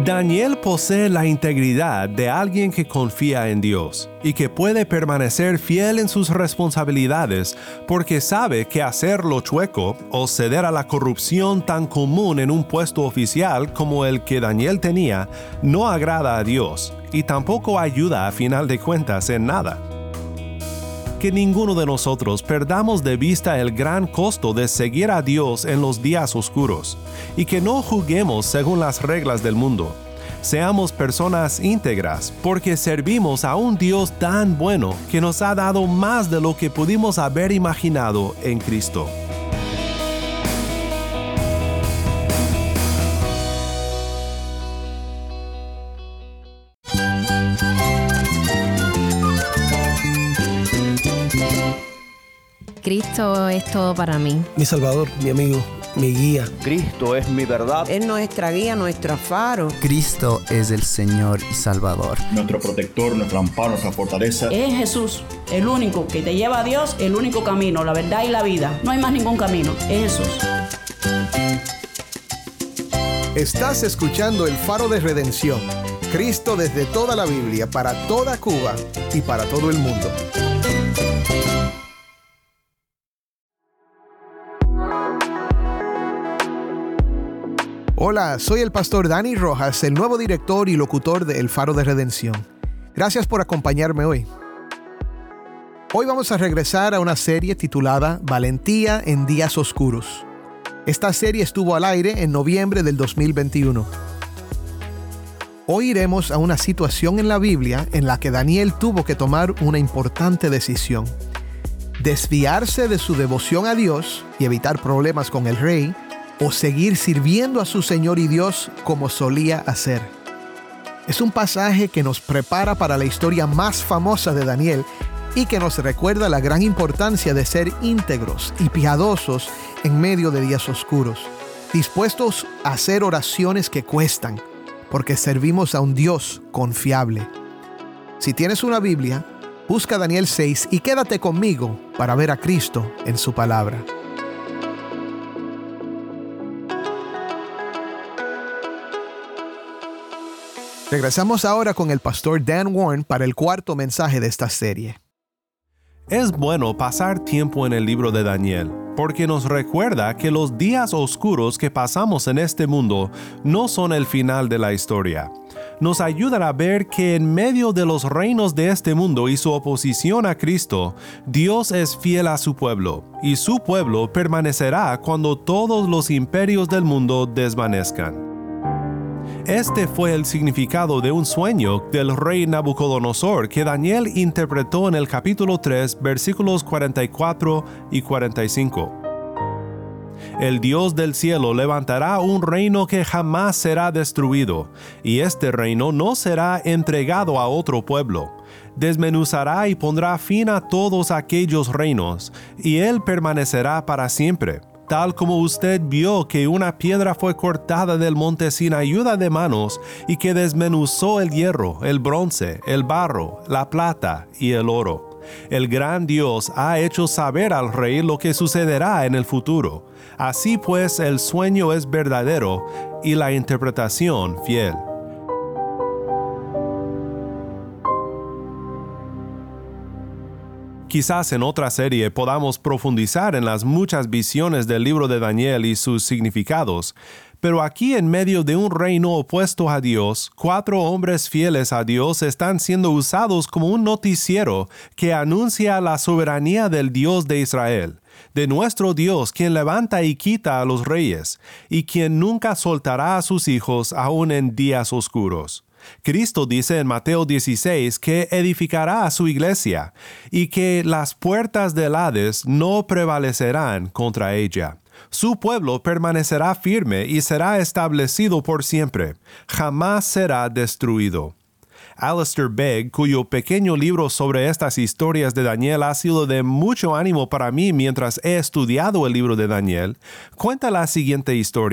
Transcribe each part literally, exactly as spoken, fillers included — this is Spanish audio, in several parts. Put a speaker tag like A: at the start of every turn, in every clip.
A: Daniel posee la integridad de alguien que confía en Dios y que puede permanecer fiel en sus responsabilidades porque sabe que hacerlo chueco o ceder a la corrupción tan común en un puesto oficial como el que Daniel tenía no agrada a Dios y tampoco ayuda a final de cuentas en nada. Que ninguno de nosotros perdamos de vista el gran costo de seguir a Dios en los días oscuros, y que no juzguemos según las reglas del mundo. Seamos personas íntegras, porque servimos a un Dios tan bueno que nos ha dado más de lo que pudimos haber imaginado en Cristo.
B: Cristo es todo para mí.
C: Mi Salvador, mi amigo, mi guía.
D: Cristo es mi verdad.
E: Es nuestra guía, nuestro faro.
F: Cristo es el Señor y Salvador.
G: Nuestro protector, nuestro amparo, nuestra fortaleza.
H: Es Jesús, el único que te lleva a Dios, el único camino, la verdad y la vida. No hay más ningún camino, es Jesús.
I: Estás escuchando El Faro de Redención. Cristo desde toda la Biblia, para toda Cuba y para todo el mundo. Hola, soy el pastor Dani Rojas, el nuevo director y locutor de El Faro de Redención. Gracias por acompañarme hoy. Hoy vamos a regresar a una serie titulada Valentía en Días Oscuros. Esta serie estuvo al aire en noviembre del dos mil veintiuno. Hoy iremos a una situación en la Biblia en la que Daniel tuvo que tomar una importante decisión: desviarse de su devoción a Dios y evitar problemas con el rey, o seguir sirviendo a su Señor y Dios como solía hacer. Es un pasaje que nos prepara para la historia más famosa de Daniel y que nos recuerda la gran importancia de ser íntegros y piadosos en medio de días oscuros, dispuestos a hacer oraciones que cuestan, porque servimos a un Dios confiable. Si tienes una Biblia, busca Daniel seis y quédate conmigo para ver a Cristo en su palabra. Regresamos ahora con el pastor Dan Warren para el cuarto mensaje de esta serie.
A: Es bueno pasar tiempo en el libro de Daniel, porque nos recuerda que los días oscuros que pasamos en este mundo no son el final de la historia. Nos ayudará a ver que en medio de los reinos de este mundo y su oposición a Cristo, Dios es fiel a su pueblo, y su pueblo permanecerá cuando todos los imperios del mundo desvanezcan. Este fue el significado de un sueño del rey Nabucodonosor que Daniel interpretó en el capítulo tres, versículos cuarenta y cuatro y cuarenta y cinco. El Dios del cielo levantará un reino que jamás será destruido, y este reino no será entregado a otro pueblo. Desmenuzará y pondrá fin a todos aquellos reinos, y él permanecerá para siempre. Tal como usted vio que una piedra fue cortada del monte sin ayuda de manos y que desmenuzó el hierro, el bronce, el barro, la plata y el oro. El gran Dios ha hecho saber al rey lo que sucederá en el futuro. Así pues, el sueño es verdadero y la interpretación fiel. Quizás en otra serie podamos profundizar en las muchas visiones del libro de Daniel y sus significados, pero aquí en medio de un reino opuesto a Dios, cuatro hombres fieles a Dios están siendo usados como un noticiero que anuncia la soberanía del Dios de Israel, de nuestro Dios quien levanta y quita a los reyes, y quien nunca soltará a sus hijos aun en días oscuros. Cristo dice en Mateo dieciséis que edificará a su iglesia y que las puertas del Hades no prevalecerán contra ella. Su pueblo permanecerá firme y será establecido por siempre. Jamás será destruido. Alistair Begg, cuyo pequeño libro sobre estas historias de Daniel ha sido de mucho ánimo para mí mientras he estudiado el libro de Daniel, cuenta la siguiente historia.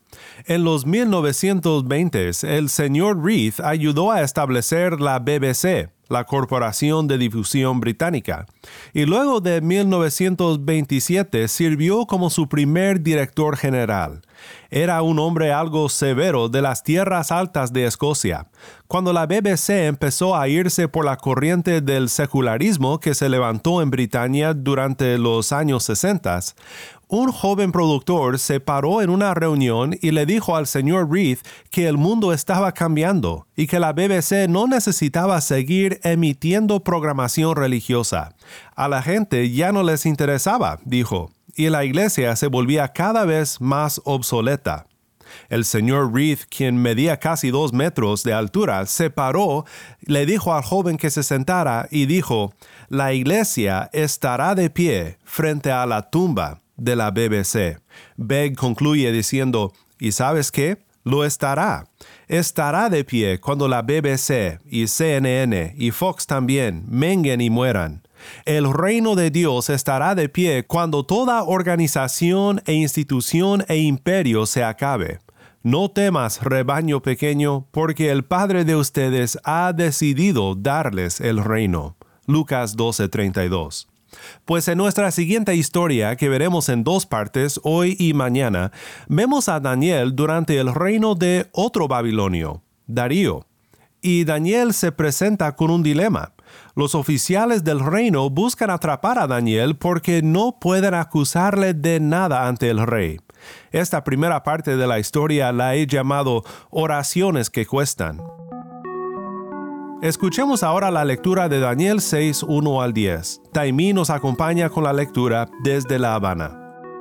A: En los mil novecientos veintes, el señor Reith ayudó a establecer la B B C, la Corporación de Difusión Británica, y luego de mil novecientos veintisiete sirvió como su primer director general. Era un hombre algo severo de las tierras altas de Escocia. Cuando la B B C empezó a irse por la corriente del secularismo que se levantó en Britania durante los años sesenta, un joven productor se paró en una reunión y le dijo al señor Reith que el mundo estaba cambiando y que la B B C no necesitaba seguir emitiendo programación religiosa. A la gente ya no les interesaba, dijo, y la iglesia se volvía cada vez más obsoleta. El señor Reith, quien medía casi dos metros de altura, se paró, le dijo al joven que se sentara y dijo: «La iglesia estará de pie frente a la tumba de la B B C». Begg concluye diciendo: «¿Y sabes qué? Lo estará. Estará de pie cuando la B B C y C N N y Fox también menguen y mueran. El reino de Dios estará de pie cuando toda organización e institución e imperio se acabe. No temas, rebaño pequeño, porque el Padre de ustedes ha decidido darles el reino». Lucas doce treinta y dos. Pues en nuestra siguiente historia, que veremos en dos partes, hoy y mañana, vemos a Daniel durante el reino de otro babilonio, Darío. Y Daniel se presenta con un dilema. Los oficiales del reino buscan atrapar a Daniel porque no pueden acusarle de nada ante el rey. Esta primera parte de la historia la he llamado oraciones que cuestan. Escuchemos ahora la lectura de Daniel seis, uno al diez. Taimí nos acompaña con la lectura desde La Habana.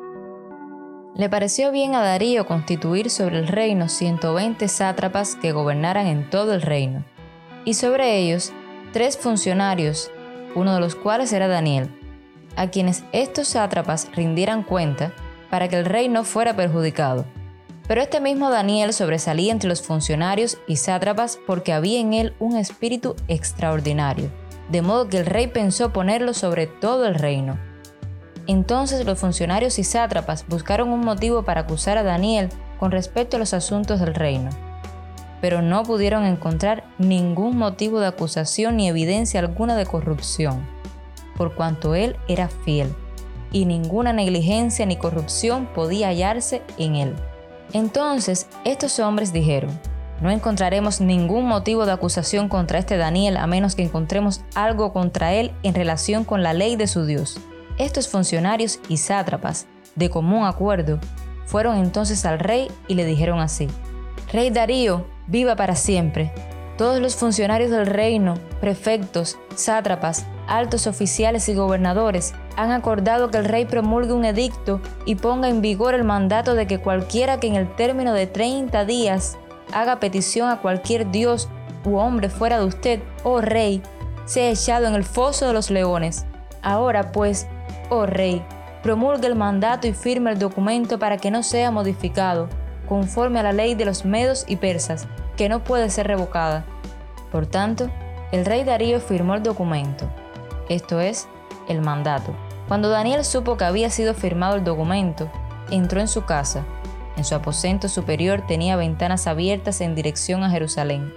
B: Le pareció bien a Darío constituir sobre el reino ciento veinte sátrapas que gobernaran en todo el reino, y sobre ellos tres funcionarios, uno de los cuales era Daniel, a quienes estos sátrapas rindieran cuenta para que el rey no fuera perjudicado. Pero este mismo Daniel sobresalía entre los funcionarios y sátrapas porque había en él un espíritu extraordinario, de modo que el rey pensó ponerlo sobre todo el reino. Entonces los funcionarios y sátrapas buscaron un motivo para acusar a Daniel con respecto a los asuntos del reino, pero no pudieron encontrar ningún motivo de acusación ni evidencia alguna de corrupción, por cuanto él era fiel, y ninguna negligencia ni corrupción podía hallarse en él. Entonces estos hombres dijeron: «No encontraremos ningún motivo de acusación contra este Daniel a menos que encontremos algo contra él en relación con la ley de su Dios». Estos funcionarios y sátrapas, de común acuerdo, fueron entonces al rey y le dijeron así: «Rey Darío, viva para siempre. Todos los funcionarios del reino, prefectos, sátrapas, altos oficiales y gobernadores, han acordado que el rey promulgue un edicto y ponga en vigor el mandato de que cualquiera que en el término de treinta días haga petición a cualquier dios u hombre fuera de usted, oh rey, sea echado en el foso de los leones. Ahora pues, oh rey, promulgue el mandato y firme el documento para que no sea modificado, conforme a la ley de los medos y persas, que no puede ser revocada». Por tanto, el rey Darío firmó el documento, esto es, el mandato. Cuando Daniel supo que había sido firmado el documento, entró en su casa. En su aposento superior tenía ventanas abiertas en dirección a Jerusalén.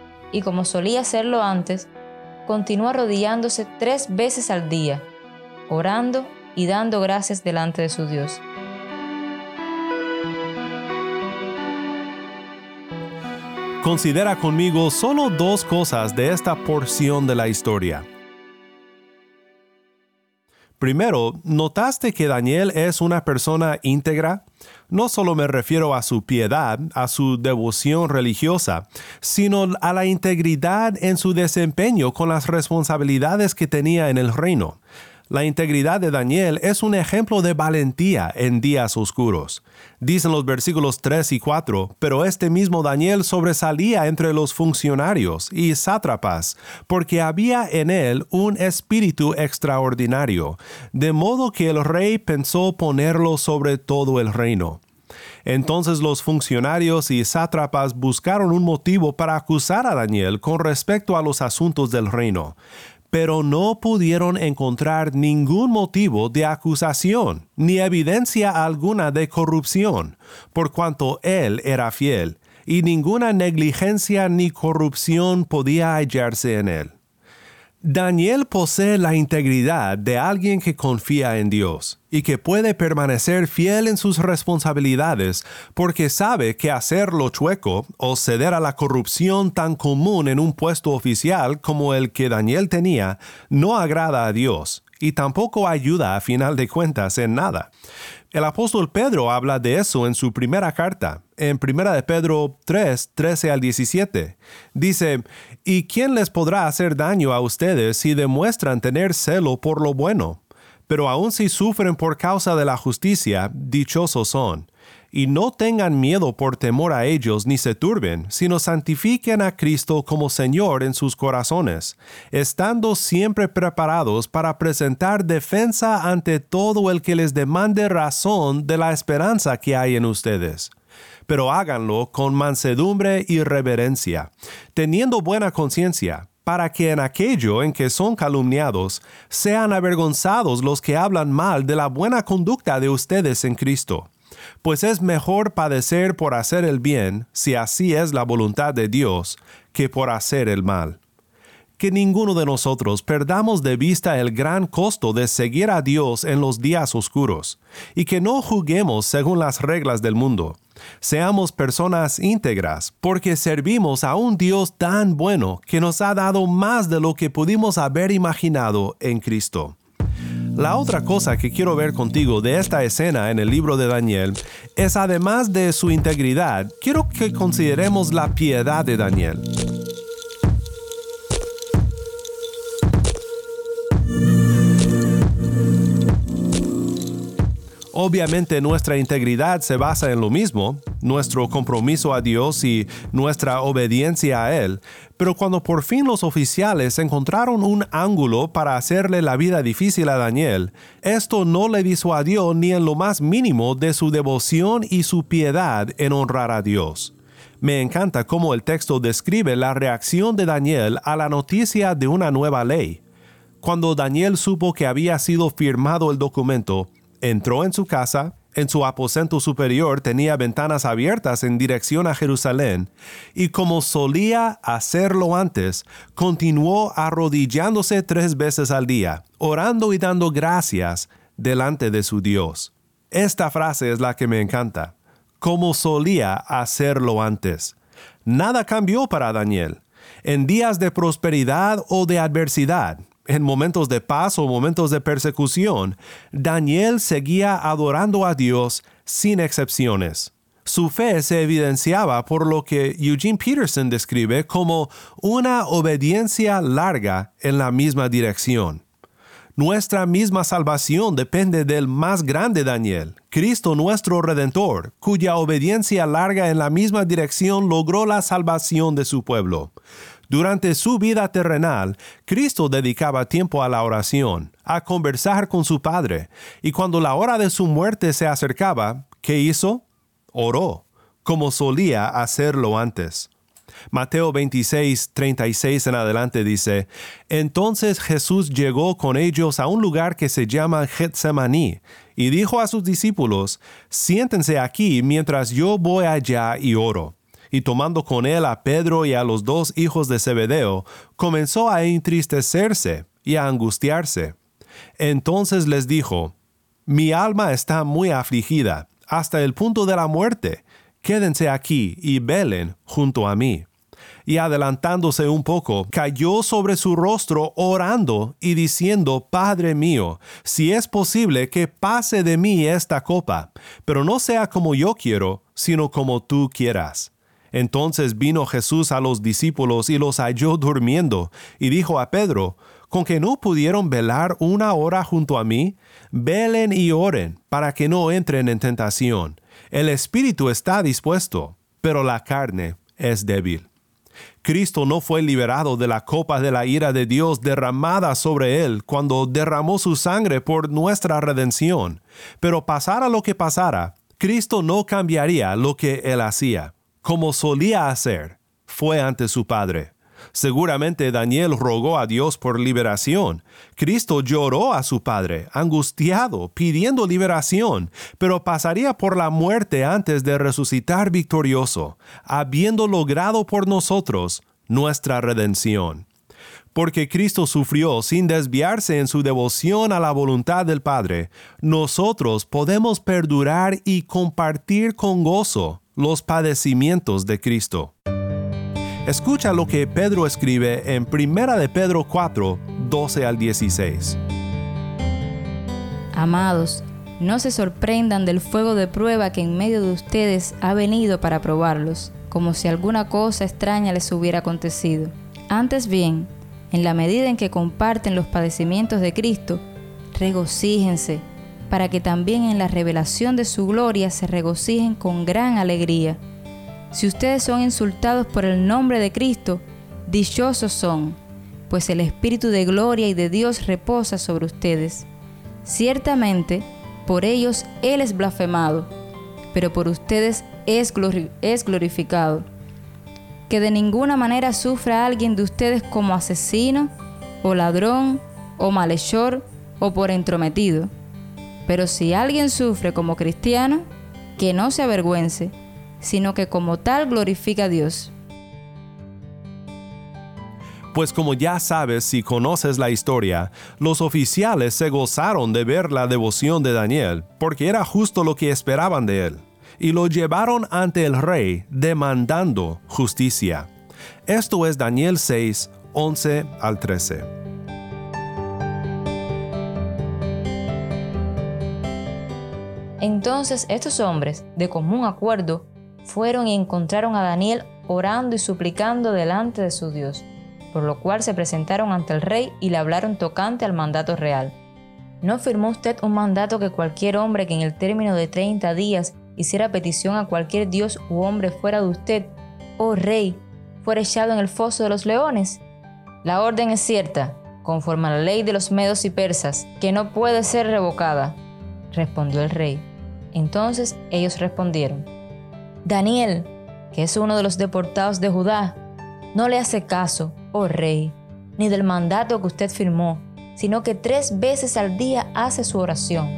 B: Y como solía hacerlo antes, continuó arrodillándose tres veces al día, orando y dando gracias delante de su Dios.
A: Considera conmigo solo dos cosas de esta porción de la historia. Primero, ¿notaste que Daniel es una persona íntegra? No solo me refiero a su piedad, a su devoción religiosa, sino a la integridad en su desempeño con las responsabilidades que tenía en el reino. La integridad de Daniel es un ejemplo de valentía en días oscuros. Dicen los versículos tres y cuatro, pero este mismo Daniel sobresalía entre los funcionarios y sátrapas, porque había en él un espíritu extraordinario, de modo que el rey pensó ponerlo sobre todo el reino. Entonces los funcionarios y sátrapas buscaron un motivo para acusar a Daniel con respecto a los asuntos del reino. pero no pudieron encontrar ningún motivo de acusación, ni evidencia alguna de corrupción, por cuanto él era fiel, y ninguna negligencia ni corrupción podía hallarse en él. Daniel posee la integridad de alguien que confía en Dios y que puede permanecer fiel en sus responsabilidades porque sabe que hacer lo chueco o ceder a la corrupción tan común en un puesto oficial como el que Daniel tenía no agrada a Dios y tampoco ayuda a final de cuentas en nada. El apóstol Pedro habla de eso en su primera carta, en primera de Pedro tres, trece al diecisiete. Dice, ¿y quién les podrá hacer daño a ustedes si demuestran tener celo por lo bueno? Pero aun si sufren por causa de la justicia, dichosos son. Y no tengan miedo por temor a ellos ni se turben, sino santifiquen a Cristo como Señor en sus corazones, estando siempre preparados para presentar defensa ante todo el que les demande razón de la esperanza que hay en ustedes. Pero háganlo con mansedumbre y reverencia, teniendo buena conciencia, para que en aquello en que son calumniados, sean avergonzados los que hablan mal de la buena conducta de ustedes en Cristo. Pues es mejor padecer por hacer el bien, si así es la voluntad de Dios, que por hacer el mal. Que ninguno de nosotros perdamos de vista el gran costo de seguir a Dios en los días oscuros, y que no juzguemos según las reglas del mundo. Seamos personas íntegras, porque servimos a un Dios tan bueno que nos ha dado más de lo que pudimos haber imaginado en Cristo. La otra cosa que quiero ver contigo de esta escena en el libro de Daniel es, además de su integridad, quiero que consideremos la piedad de Daniel. Obviamente nuestra integridad se basa en lo mismo, nuestro compromiso a Dios y nuestra obediencia a Él, pero cuando por fin los oficiales encontraron un ángulo para hacerle la vida difícil a Daniel, esto no le disuadió ni en lo más mínimo de su devoción y su piedad en honrar a Dios. Me encanta cómo el texto describe la reacción de Daniel a la noticia de una nueva ley. Cuando Daniel supo que había sido firmado el documento, entró en su casa, en su aposento superior tenía ventanas abiertas en dirección a Jerusalén, y como solía hacerlo antes, continuó arrodillándose tres veces al día, orando y dando gracias delante de su Dios. Esta frase es la que me encanta. Como solía hacerlo antes. Nada cambió para Daniel. En días de prosperidad o de adversidad, en momentos de paz o momentos de persecución, Daniel seguía adorando a Dios sin excepciones. Su fe se evidenciaba por lo que Eugene Peterson describe como una obediencia larga en la misma dirección. Nuestra misma salvación depende del más grande Daniel, Cristo nuestro Redentor, cuya obediencia larga en la misma dirección logró la salvación de su pueblo. Durante su vida terrenal, Cristo dedicaba tiempo a la oración, a conversar con su Padre, y cuando la hora de su muerte se acercaba, ¿qué hizo? Oró, como solía hacerlo antes. Mateo veintiséis, treinta y seis en adelante dice, Entonces Jesús llegó con ellos a un lugar que se llama Getsemaní, y dijo a sus discípulos, Siéntense aquí mientras yo voy allá y oro. Y tomando con él a Pedro y a los dos hijos de Zebedeo, comenzó a entristecerse y a angustiarse. Entonces les dijo, Mi alma está muy afligida, hasta el punto de la muerte. Quédense aquí y velen junto a mí. Y adelantándose un poco, cayó sobre su rostro orando y diciendo, Padre mío, si es posible que pase de mí esta copa, pero no sea como yo quiero, sino como tú quieras. Entonces vino Jesús a los discípulos y los halló durmiendo, y dijo a Pedro, ¿con que no pudieron velar una hora junto a mí? Velen y oren, para que no entren en tentación. El espíritu está dispuesto, pero la carne es débil. Cristo no fue liberado de la copa de la ira de Dios derramada sobre él cuando derramó su sangre por nuestra redención, pero pasara lo que pasara, Cristo no cambiaría lo que él hacía. Como solía hacer, fue ante su Padre. Seguramente Daniel rogó a Dios por liberación. Cristo lloró a su Padre, angustiado, pidiendo liberación, pero pasaría por la muerte antes de resucitar victorioso, habiendo logrado por nosotros nuestra redención. Porque Cristo sufrió sin desviarse en su devoción a la voluntad del Padre, nosotros podemos perdurar y compartir con gozo los padecimientos de Cristo. Escucha lo que Pedro escribe en Primera de Pedro cuatro, doce al dieciséis.
B: Amados, no se sorprendan del fuego de prueba que en medio de ustedes ha venido para probarlos, como si alguna cosa extraña les hubiera acontecido. Antes bien, en la medida en que comparten los padecimientos de Cristo, regocíjense, para que también en la revelación de su gloria se regocijen con gran alegría. Si ustedes son insultados por el nombre de Cristo, dichosos son, pues el Espíritu de gloria y de Dios reposa sobre ustedes. Ciertamente, por ellos Él es blasfemado, pero por ustedes es, glori- es glorificado. Que de ninguna manera sufra alguien de ustedes como asesino, o ladrón, o malhechor, o por entrometido. Pero si alguien sufre como cristiano, que no se avergüence, sino que como tal glorifica a Dios.
A: Pues como ya sabes si conoces la historia, los oficiales se gozaron de ver la devoción de Daniel, porque era justo lo que esperaban de él, y lo llevaron ante el rey demandando justicia. Esto es Daniel seis, once al trece.
B: Entonces estos hombres, de común acuerdo, fueron y encontraron a Daniel orando y suplicando delante de su Dios, por lo cual se presentaron ante el rey y le hablaron tocante al mandato real. ¿No firmó usted un mandato que cualquier hombre que en el término de treinta días hiciera petición a cualquier dios u hombre fuera de usted, oh rey, fuera echado en el foso de los leones? La orden es cierta, conforme a la ley de los medos y persas, que no puede ser revocada, respondió el rey. Entonces ellos respondieron: Daniel, que es uno de los deportados de Judá, no le hace caso, oh rey, ni del mandato que usted firmó, sino que tres veces al día hace su oración.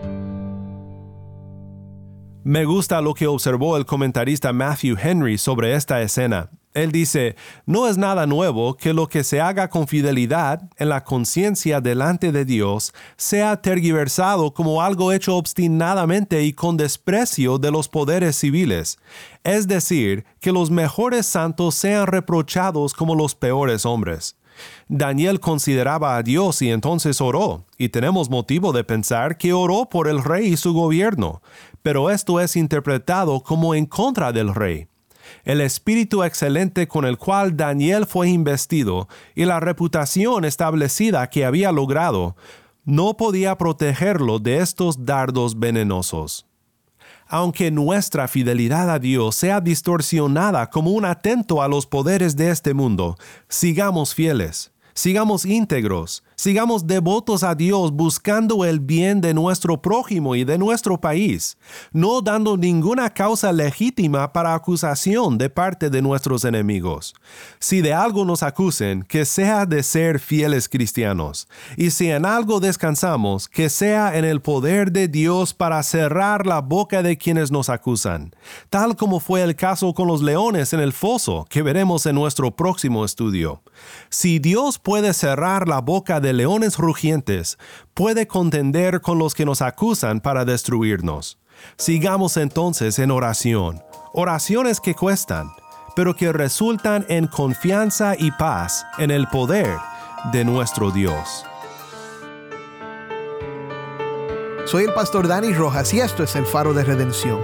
A: Me gusta lo que observó el comentarista Matthew Henry sobre esta escena. Él dice, no es nada nuevo que lo que se haga con fidelidad en la conciencia delante de Dios sea tergiversado como algo hecho obstinadamente y con desprecio de los poderes civiles. Es decir, que los mejores santos sean reprochados como los peores hombres. Daniel consideraba a Dios y entonces oró, y tenemos motivo de pensar que oró por el rey y su gobierno, pero esto es interpretado como en contra del rey. El espíritu excelente con el cual Daniel fue investido y la reputación establecida que había logrado, no podía protegerlo de estos dardos venenosos. Aunque nuestra fidelidad a Dios sea distorsionada como un atento a los poderes de este mundo, sigamos fieles, sigamos íntegros, sigamos devotos a Dios buscando el bien de nuestro prójimo y de nuestro país, no dando ninguna causa legítima para acusación de parte de nuestros enemigos. Si de algo nos acusen, que sea de ser fieles cristianos, y si en algo descansamos, que sea en el poder de Dios para cerrar la boca de quienes nos acusan, tal como fue el caso con los leones en el foso, que veremos en nuestro próximo estudio. Si Dios puede cerrar la boca de leones rugientes, puede contender con los que nos acusan para destruirnos. Sigamos entonces en oración, oraciones que cuestan, pero que resultan en confianza y paz en el poder de nuestro Dios.
I: Soy el pastor Dani Rojas y esto es el Faro de Redención.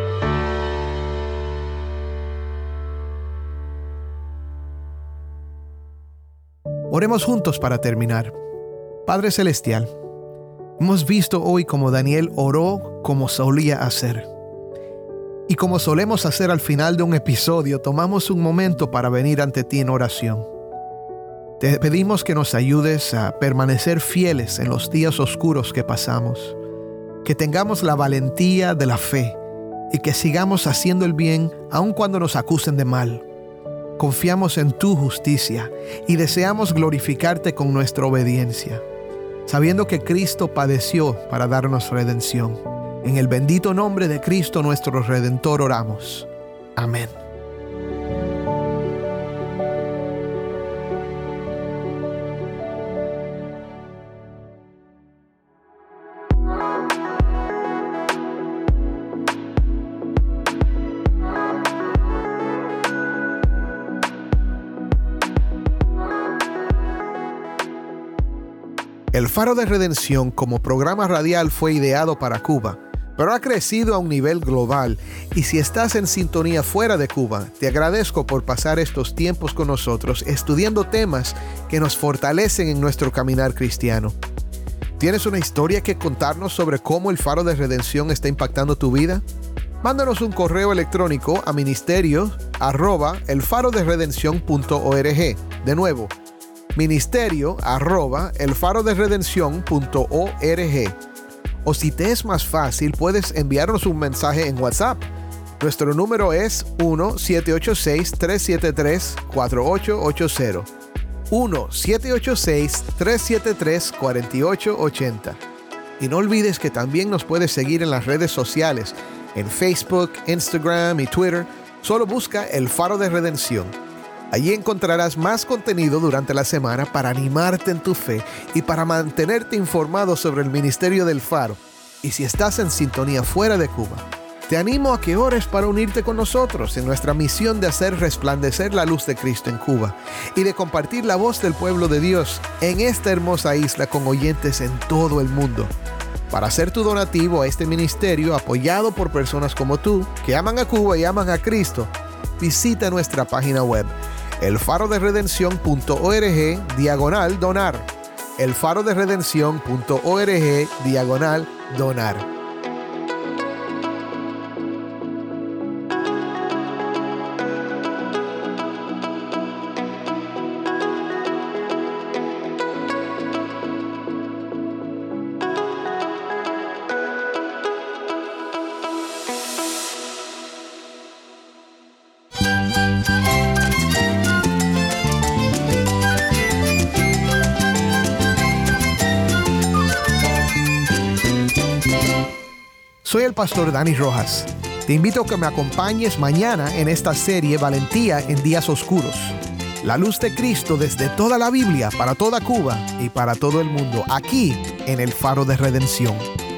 I: Oremos juntos para terminar. Padre Celestial, hemos visto hoy cómo Daniel oró como solía hacer. Y como solemos hacer al final de un episodio, tomamos un momento para venir ante ti en oración. Te pedimos que nos ayudes a permanecer fieles en los días oscuros que pasamos, que tengamos la valentía de la fe y que sigamos haciendo el bien aun cuando nos acusen de mal. confiamos en tu justicia y deseamos glorificarte con nuestra obediencia, sabiendo que Cristo padeció para darnos redención. En el bendito nombre de Cristo nuestro Redentor oramos. Amén. El Faro de Redención como programa radial fue ideado para Cuba, pero ha crecido a un nivel global, y si estás en sintonía fuera de Cuba, te agradezco por pasar estos tiempos con nosotros estudiando temas que nos fortalecen en nuestro caminar cristiano. ¿Tienes una historia que contarnos sobre cómo el Faro de Redención está impactando tu vida? Mándanos un correo electrónico a ministerio arroba elfaroderedención punto org. De nuevo, ministerio arroba elfaroderedención punto org. O si te es más fácil, puedes enviarnos un mensaje en WhatsApp. Nuestro número es uno siete ocho seis, tres siete tres, cuatro ocho ocho cero. uno siete ocho seis, tres siete tres, cuatro ocho ocho cero. Y no olvides que también nos puedes seguir en las redes sociales, en Facebook, Instagram y Twitter. Solo busca El Faro de Redención. Allí encontrarás más contenido durante la semana para animarte en tu fe y para mantenerte informado sobre el ministerio del Faro. Y si estás en sintonía fuera de Cuba, te animo a que ores para unirte con nosotros en nuestra misión de hacer resplandecer la luz de Cristo en Cuba y de compartir la voz del pueblo de Dios en esta hermosa isla con oyentes en todo el mundo. Para hacer tu donativo a este ministerio apoyado por personas como tú que aman a Cuba y aman a Cristo, visita nuestra página web elfaroderedención punto org diagonal donar. elfaroderedención punto org diagonal donar. Soy el pastor Dani Rojas. Te invito a que me acompañes mañana en esta serie Valentía en Días Oscuros. La luz de Cristo desde toda la Biblia, para toda Cuba y para todo el mundo, aquí en el Faro de Redención.